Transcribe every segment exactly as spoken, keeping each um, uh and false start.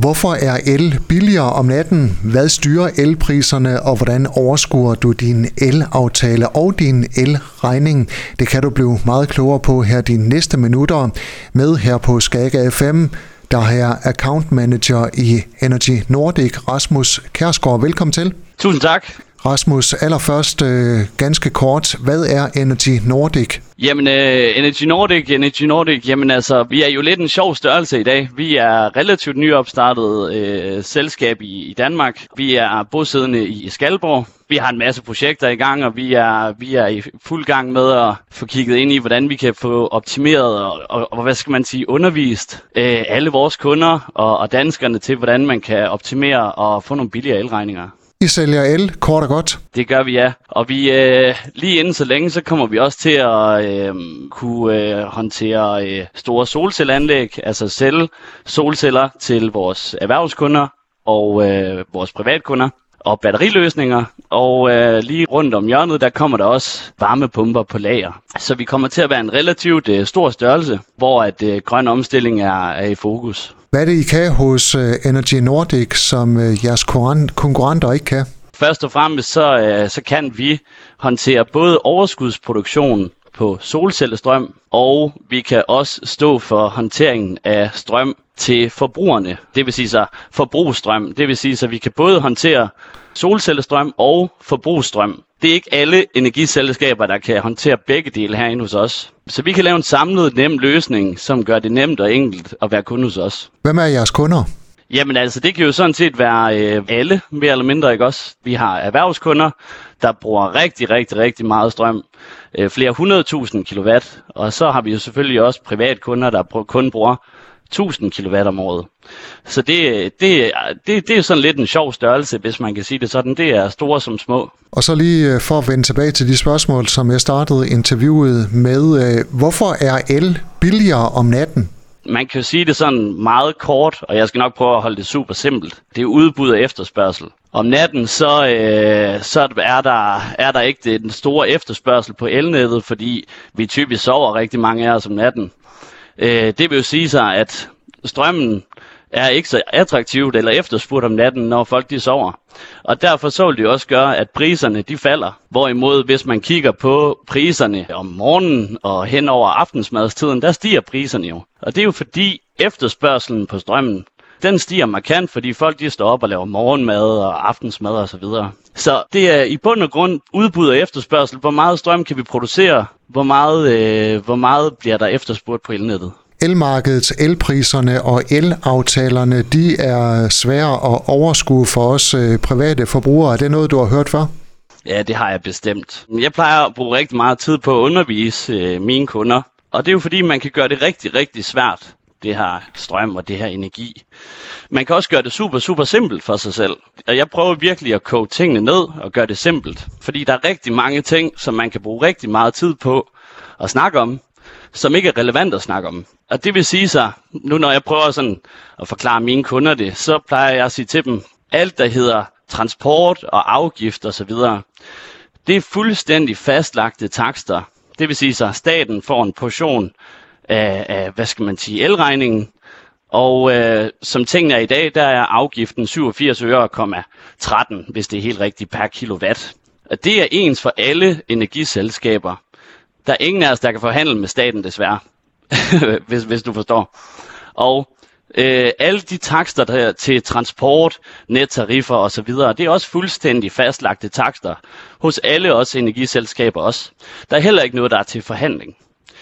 Hvorfor er el billigere om natten? Hvad styrer elpriserne, og hvordan overskuer du din elaftale og din elregning? Det kan du blive meget klogere på her de næste minutter med her på Skaga F M. Der er account manager i Energy Nordic, Rasmus Kjærsgaard. Velkommen til. Tusind tak. Rasmus, allerførst øh, ganske kort. Hvad er Energy Nordic? Jamen, uh, Energy Nordic, Energy Nordic, jamen altså, vi er jo lidt en sjov størrelse i dag. Vi er relativt nyopstartet øh, selskab i, i Danmark. Vi er bosiddende i Skalborg. Vi har en masse projekter i gang, og vi er, vi er i fuld gang med at få kigget ind i, hvordan vi kan få optimeret og, og, og hvad skal man sige, undervist øh, alle vores kunder og, og danskerne til, hvordan man kan optimere og få nogle billigere elregninger. I sælger el, kort og godt. Det gør vi, ja. Og vi øh, lige inden så længe, så kommer vi også til at øh, kunne øh, håndtere øh, store solcelleanlæg, altså sælge solceller til vores erhvervskunder og øh, vores privatkunder og batteriløsninger. Og øh, lige rundt om hjørnet, der kommer der også varmepumper på lager. Så vi kommer til at være en relativt øh, stor størrelse, hvor at øh, grøn omstilling er, er i fokus. Hvad er det, I kan hos Energy Nordic, som jeres konkurrenter ikke kan? Først og fremmest så, så kan vi håndtere både overskudsproduktion på solcellestrøm, og vi kan også stå for håndteringen af strøm til forbrugerne. Det vil sige så forbrugsstrøm. Det vil sige så vi kan både håndtere solcellestrøm og forbrugsstrøm. Det er ikke alle energiselskaber, der kan håndtere begge dele herinde hos os. Så vi kan lave en samlet, nem løsning, som gør det nemt og enkelt at være kunde hos os. Hvem er jeres kunder? Jamen altså, det kan jo sådan set være øh, alle, mere eller mindre, ikke også? Vi har erhvervskunder, der bruger rigtig, rigtig, rigtig meget strøm. Øh, flere hundredtusind kilowatt. Og så har vi jo selvfølgelig også privatkunder, der kun bruger tusind kilowatt om året. Så det, det, det, det er sådan lidt en sjov størrelse, hvis man kan sige det sådan. Det er store som små. Og så lige for at vende tilbage til de spørgsmål, som jeg startede interviewet med. Hvorfor er el billigere om natten? Man kan jo sige det sådan meget kort, og jeg skal nok prøve at holde det super simpelt. Det er udbud og efterspørgsel. Om natten, så, øh, så er, der, er der ikke den store efterspørgsel på elnettet, fordi vi typisk sover rigtig mange af os om natten. Øh, det vil jo sige sig, at strømmen er ikke så attraktivt eller efterspurgt om natten, når folk de sover. Og derfor så vil det også gøre, at priserne de falder. Hvorimod, hvis man kigger på priserne om morgenen og hen over aftensmadstiden, der stiger priserne jo. Og det er jo fordi efterspørgselen på strømmen, den stiger markant, fordi folk de står op og laver morgenmad og aftensmad og så videre. Så det er i bund og grund udbud og efterspørgsel. Hvor meget strøm kan vi producere? Hvor meget, øh, hvor meget bliver der efterspurgt på elnettet? Elmarkedet, elpriserne og elaftalerne, de er svære at overskue for os øh, private forbrugere. Er det noget, du har hørt før? Ja, det har jeg bestemt. Jeg plejer at bruge rigtig meget tid på at undervise øh, mine kunder. Og det er jo fordi, man kan gøre det rigtig, rigtig svært, det her strøm og det her energi. Man kan også gøre det super, super simpelt for sig selv. Og jeg prøver virkelig at koge tingene ned og gøre det simpelt. Fordi der er rigtig mange ting, som man kan bruge rigtig meget tid på at snakke om, som ikke er relevant at snakke om. Og det vil sige så, nu når jeg prøver sådan at forklare mine kunder det, så plejer jeg at sige til dem, alt der hedder transport og afgift og så videre, det er fuldstændig fastlagte takster. Det vil sige så, at staten får en portion af, af hvad skal man sige, elregningen, og øh, som tingene er i dag, der er afgiften syvogfirs øre komma tretten, hvis det er helt rigtigt per kilowatt. Og det er ens for alle energiselskaber. Der er ingen af os, der kan forhandle med staten desværre, hvis, hvis du forstår. Og øh, alle de takster der til transport, nettariffer osv., det er også fuldstændig fastlagte takster hos alle os energiselskaber også. Der er heller ikke noget, der er til forhandling.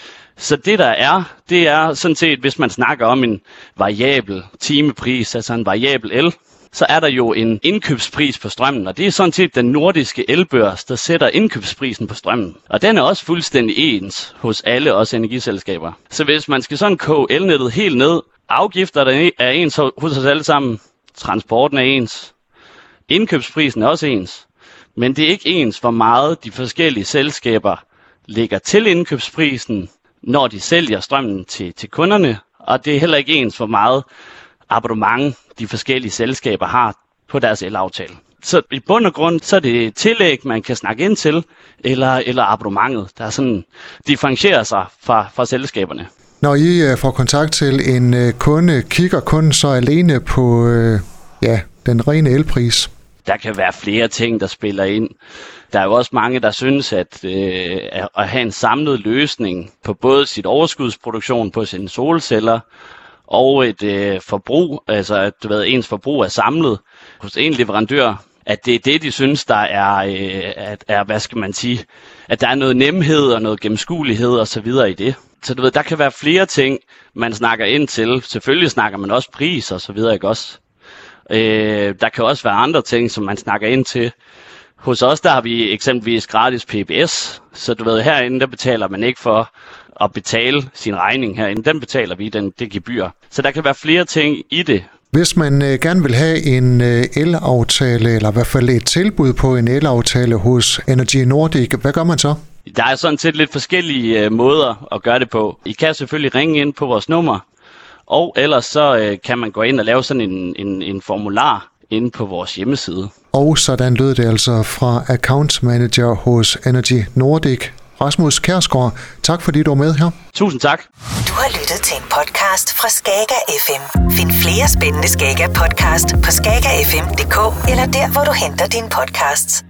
Så det der er, det er sådan set, hvis man snakker om en variabel timepris, altså en variabel el, så er der jo en indkøbspris på strømmen, og det er sådan set den nordiske elbørs, der sætter indkøbsprisen på strømmen. Og den er også fuldstændig ens hos alle os energiselskaber. Så hvis man skal sådan koge elnettet helt ned, afgifter der er ens hos os alle sammen, transporten er ens, indkøbsprisen er også ens, men det er ikke ens, hvor meget de forskellige selskaber lægger til indkøbsprisen, når de sælger strømmen til, til kunderne, og det er heller ikke ens, hvor meget abonnement de forskellige selskaber har på deres elaftale. Så i bund og grund, så er det tillæg, man kan snakke ind til, eller, eller abonnementet, der sådan differentierer sig fra, fra selskaberne. Når I får kontakt til en kunde, kigger kunden så alene på ja, den rene elpris? Der kan være flere ting, der spiller ind. Der er jo også mange, der synes, at, øh, at have en samlet løsning på både sit overskudsproduktion på sine solceller og et øh, forbrug, altså at du ved, ens forbrug er samlet hos en leverandør, at det er det, de synes, der er, øh, at, er, hvad skal man sige, at der er noget nemhed og noget gennemskuelighed og så videre i det. Så du ved, der kan være flere ting, man snakker ind til. Selvfølgelig snakker man også pris og så videre, ikke også? Øh, der kan også være andre ting, som man snakker ind til. Hos os, der har vi eksempelvis gratis P B S, så du ved, herinde, der betaler man ikke for at betale sin regning herinde. Den betaler vi, den, det gebyr. Så der kan være flere ting i det. Hvis man øh, gerne vil have en øh, elaftale, eller i hvert fald et tilbud på en elaftale hos Energy Nordic, hvad gør man så? Der er sådan set lidt forskellige øh, måder at gøre det på. I kan selvfølgelig ringe ind på vores nummer, og ellers så øh, kan man gå ind og lave sådan en, en, en formular inde på vores hjemmeside. Og sådan lød det altså fra account manager hos Energy Nordic, Rasmus Kjærsgaard. Tak fordi du var med her. Tusind tak. Du har lyttet til en podcast fra Skager F M. Find flere spændende Skager podcast på skager f m punktum d k eller der, hvor du henter dine podcasts.